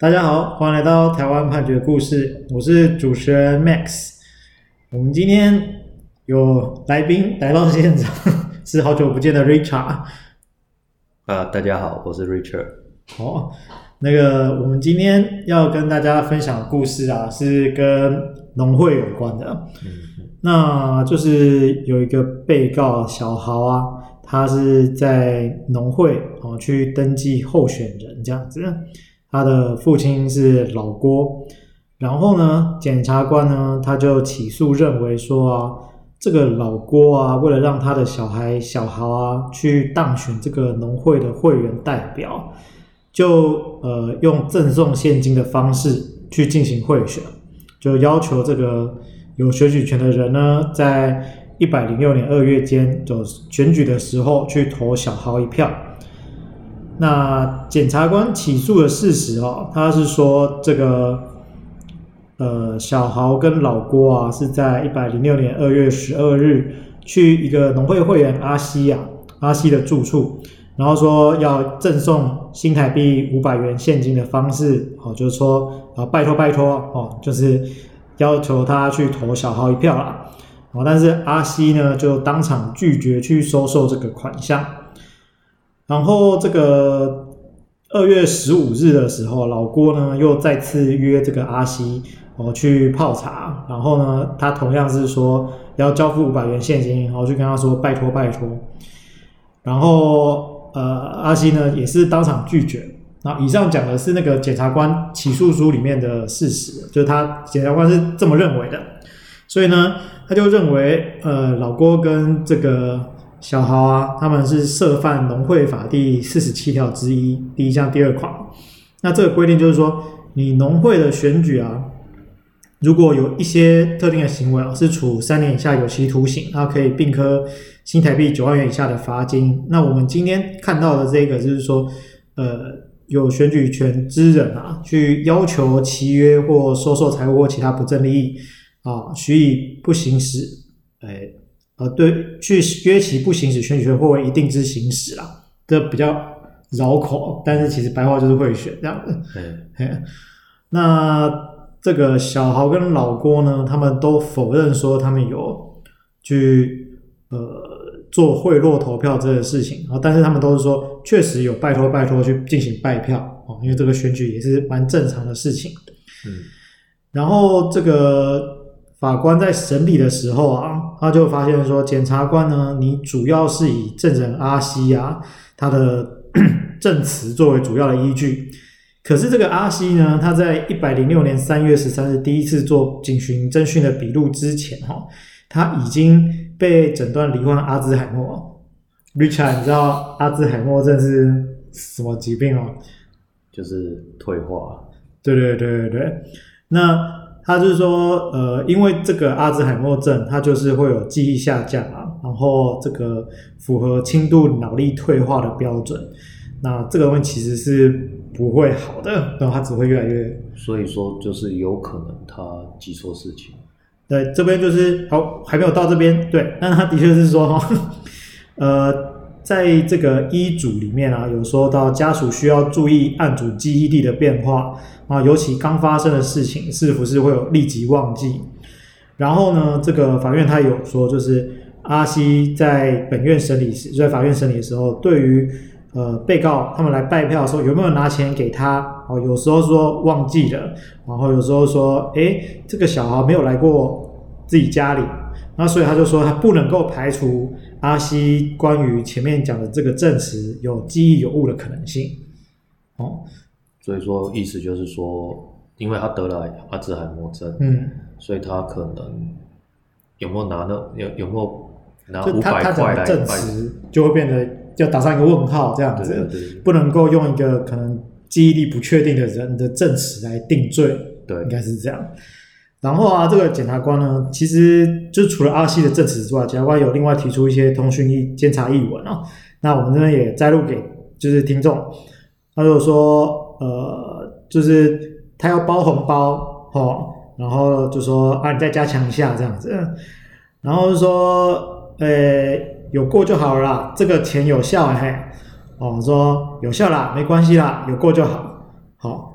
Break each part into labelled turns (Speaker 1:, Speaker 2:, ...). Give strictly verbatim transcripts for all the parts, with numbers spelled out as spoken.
Speaker 1: 大家好，欢迎来到台湾判决故事，我是主持人 Max。我们今天有来宾来到现场，是好久不见的 Richard。
Speaker 2: 啊，大家好，我是 Richard。
Speaker 1: 好，那个我们今天要跟大家分享的故事啊，是跟农会有关的。嗯，那就是有一个被告小豪啊，他是在农会哦去登记候选人这样子。他的父亲是老郭，然后呢，检察官呢他就起诉认为说啊，这个老郭啊，为了让他的小孩小豪啊去当选这个农会的会员代表，就呃用赠送现金的方式去进行贿选，就要求这个有选举权的人呢，在一百零六年二月间就选举的时候去投小豪一票。那检察官起诉的事实哦，他是说这个呃小豪跟老郭啊是在一百零六年二月十二日去一个农会会员阿西啊阿西的住处，然后说要赠送新台币五百元现金的方式，哦，就是说啊拜托拜托哦，就是要求他去投小豪一票啦。哦，但是阿西呢就当场拒绝去收受这个款项。然后这个二月十五日的时候，老郭呢又再次约这个阿西哦去泡茶，然后呢他同样是说要交付五百元现金，然后去跟他说拜托拜托，然后呃阿西呢也是当场拒绝。那以上讲的是那个检察官起诉书里面的事实，就是他检察官是这么认为的，所以呢他就认为呃老郭跟这个小豪啊，他们是涉犯农会法第四十七条之一第一项第二款。那这个规定就是说，你农会的选举啊，如果有一些特定的行为啊，是处三年以下有期徒刑，它可以并科新台币九万元以下的罚金。那我们今天看到的这个就是说，呃，有选举权之人啊，去要求契约或收受财物或其他不正利益啊，许以不行使，哎。呃，对，去约其不行使选举权或为一定之行使啦，这比较绕口，但是其实白话就是贿选这样子。嗯，那这个小豪跟老郭呢，他们都否认说他们有去呃做贿赂投票这个事情，但是他们都是说确实有拜托拜托去进行拜票哦，因为这个选举也是蛮正常的事情。嗯，然后这个法官在审理的时候啊，他就发现说，检察官呢，你主要是以证人阿西啊他的证词作为主要的依据。可是这个阿西呢，他在一百零六年三月十三日第一次做警询侦讯的笔录之前，他已经被诊断罹患阿兹海默。Richard， 你知道阿兹海默症是什么疾病吗？
Speaker 2: 就是退化。
Speaker 1: 对对对对对，那他就是说，呃，因为这个阿兹海默症，它就是会有记忆下降啊，然后这个符合轻度脑力退化的标准，那这个东西其实是不会好的，然后它只会越来越。
Speaker 2: 所以说，就是有可能他记错事情。
Speaker 1: 对，这边就是好，还没有到这边，对，但他的确是说，呃。在这个医嘱里面啊，有说到家属需要注意案主记忆力的变化啊，尤其刚发生的事情是不是会有立即忘记。然后呢，这个法院他有说，就是阿西在本院审理时，在法院审理的时候，对于呃被告他们来拜票的时候，有没有拿钱给他？哦，有时候说忘记了，然后有时候说，诶，这个小孩没有来过自己家里。那所以他就说他不能够排除阿西关于前面讲的这个证词有记忆有误的可能性。哦，
Speaker 2: 所以说意思就是说，因为他得了阿兹海默症，
Speaker 1: 嗯，
Speaker 2: 所以他可能有没有拿那有有没有拿五百
Speaker 1: 块来拜，他讲的证词就会变得要打上一个问号这样子，
Speaker 2: 对对对，
Speaker 1: 不能够用一个可能记忆力不确定的人的证词来定罪，
Speaker 2: 对，
Speaker 1: 应该是这样。然后啊，这个检察官呢，其实就除了阿西的证词之外，检察官有另外提出一些通讯译监察译文啊。那我们这边也摘录给就是听众。他就说，呃，就是他要包红包哦，然后就说啊，你再加强一下这样子。然后就说，呃，有过就好了啦，这个钱有效嘿。哦，说有效啦，没关系啦，有过就好。好。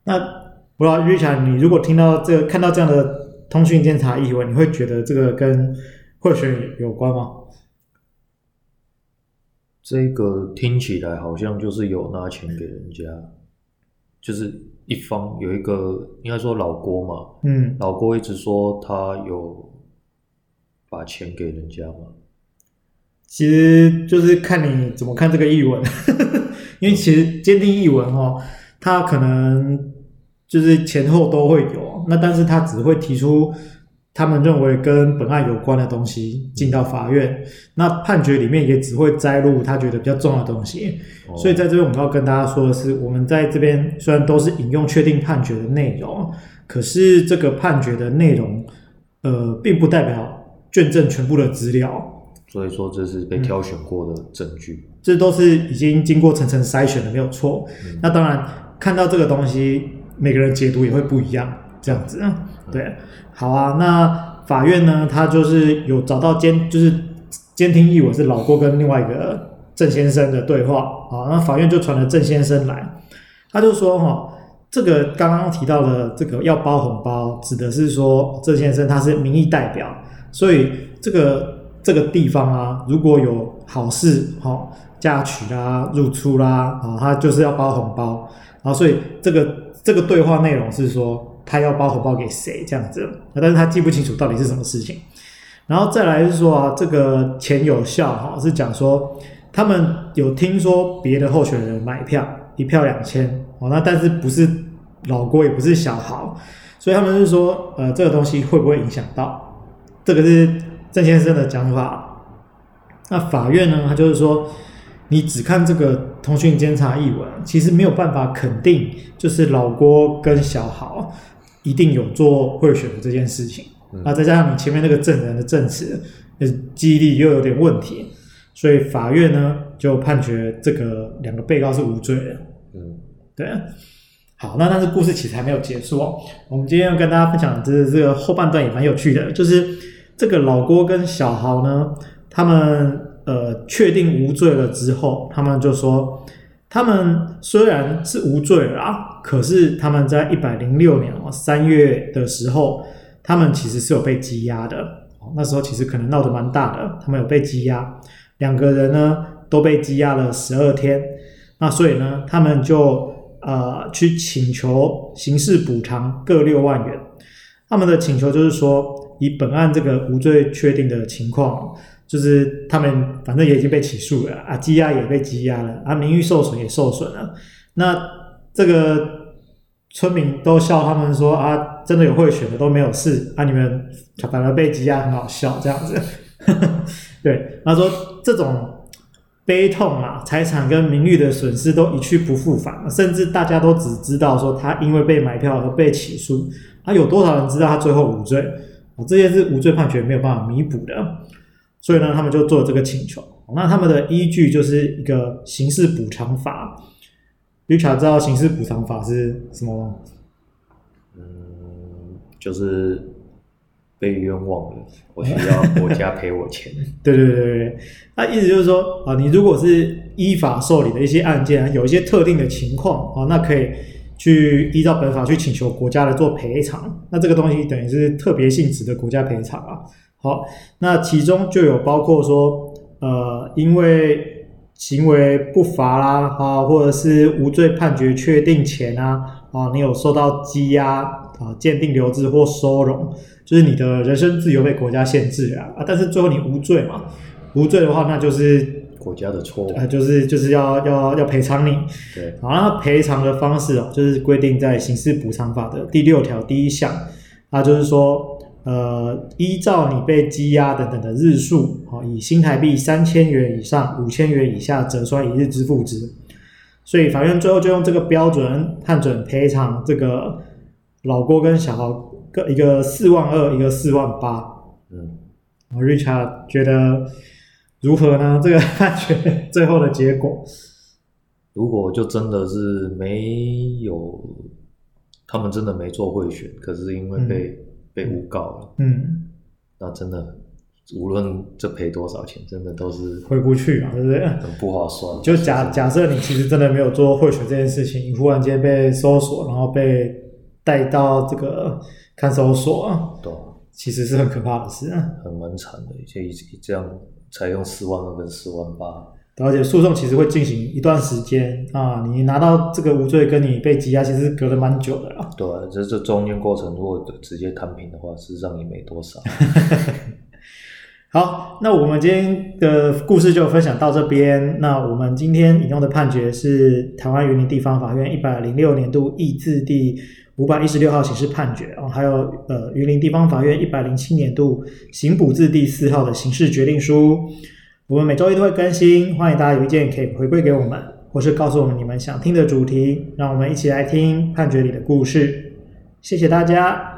Speaker 1: 那不知道 Richard， 你如果听到这个看到这样的通讯监察译文，你会觉得这个跟贿选有关吗？
Speaker 2: 这个听起来好像就是有拿钱给人家，就是一方有一个应该说老郭嘛，
Speaker 1: 嗯，
Speaker 2: 老郭一直说他有把钱给人家嘛。
Speaker 1: 其实就是看你怎么看这个译文，因为其实监听译文哦，它可能就是前后都会有，那但是他只会提出他们认为跟本案有关的东西进到法院，那判决里面也只会摘录他觉得比较重要的东西。哦、所以在这边我们要跟大家说的是，我们在这边虽然都是引用确定判决的内容，可是这个判决的内容呃，并不代表卷证全部的资料。
Speaker 2: 所以说这是被挑选过的证据、
Speaker 1: 嗯、这都是已经经过层层筛选的，没有错、嗯、那当然看到这个东西每个人解读也会不一样，这样子、嗯、对。好啊，那法院呢，他就是有找到监，就是监听译文是老郭跟另外一个郑先生的对话啊，那法院就传了郑先生来，他就说哈，这个刚刚提到的这个要包红包，指的是说郑先生他是民意代表，所以这个这个地方啊，如果有好事哈，嫁娶啦、入厝啦啊，他就是要包红包，然后所以这个这个对话内容是说。他要包红包给谁这样子，但是他记不清楚到底是什么事情。然后再来是说啊，这个钱有效哈，是讲说他们有听说别的候选人买票，一票两千哦，那但是不是老郭也不是小豪，所以他们是说呃这个东西会不会影响到？这个是郑先生的讲法。那法院呢，他就是说。你只看这个通讯监察译文，其实没有办法肯定，就是老郭跟小豪一定有做贿选的这件事情。嗯、那再加上你前面那个证人的证词，记忆力又有点问题，所以法院呢就判决这个两个被告是无罪的。嗯，对。好，那但是故事其实还没有结束哦。我们今天要跟大家分享的这这个后半段也蛮有趣的，就是这个老郭跟小豪呢，他们。呃，确定无罪了之后，他们就说，他们虽然是无罪了啦，可是他们在一百零六年三月的时候，他们其实是有被羁押的。那时候其实可能闹得蛮大的，他们有被羁押，两个人呢都被羁押了十二天。那所以呢，他们就呃去请求刑事补偿各六万元。他们的请求就是说，以本案这个无罪确定的情况。就是他们反正也已经被起诉了啊，羁押也被羁押了啊，名誉受损也受损了。那这个村民都笑他们说啊，真的有贿选的都没有事啊，你们反而被羁押很好笑这样子。对，他说这种悲痛啊，财产跟名誉的损失都一去不复返，甚至大家都只知道说他因为被买票而被起诉，他有多少人知道他最后无罪？这些是无罪判决没有办法弥补的。所以呢，他们就做了这个请求。那他们的依据就是一个刑事补偿法。Richard 知道刑事补偿法是什么吗？
Speaker 2: 嗯，就是被冤枉了，我需要国家赔我钱。
Speaker 1: 对对对对，那意思就是说啊，你如果是依法受理的一些案件，有一些特定的情况啊，那可以去依照本法去请求国家来做赔偿。那这个东西等于是特别性质的国家赔偿啊。好，那其中就有包括说，呃，因为行为不罚啦，啊，或者是无罪判决确定前啊，啊，你有受到羁押啊、鉴定留置或收容，就是你的人身自由被国家限制了啊，但是最后你无罪嘛，无罪的话，那就是
Speaker 2: 国家的错误，
Speaker 1: 呃，就是就是要要要赔偿你。
Speaker 2: 对，
Speaker 1: 好，那赔偿的方式哦，就是规定在刑事补偿法的第六条第一项，那就是说。呃，依照你被羁押等等的日数，哦，以新台币三千元以上、五千元以下折算一日支付之。所以法院最后就用这个标准判准赔偿这个老郭跟小豪各一个四万二，一个四万八。嗯，我 Richard 觉得如何呢？这个判决最后的结果，
Speaker 2: 如果就真的是没有，他们真的没做贿选，可是因为被、嗯被诬告了，
Speaker 1: 嗯，
Speaker 2: 那真的无论这赔多少钱，真的都是
Speaker 1: 回不去嘛，对不对？
Speaker 2: 很不划算。
Speaker 1: 就假假设你其实真的没有做贿选这件事情，你忽然间被搜索，然后被带到这个看守所，
Speaker 2: 对，
Speaker 1: 其实是很可怕的事，
Speaker 2: 很蛮惨的。就这样才用四万二跟四万八，
Speaker 1: 而且诉讼其实会进行一段时间啊，你拿到这个无罪跟你被羁押，其实隔了蛮久的啦。
Speaker 2: 对，这这中间过程如果直接摊平的话，事实上也没多少。
Speaker 1: 好，那我们今天的故事就分享到这边。那我们今天引用的判决是台湾云林地方法院一百零六年度易字第五百一十六号刑事判决，哦、还有呃云林地方法院一百零七年度刑补字第四号的刑事决定书。我们每周一都会更新，欢迎大家有意见可以回馈给我们，或是告诉我们你们想听的主题，让我们一起来听判决里的故事。谢谢大家。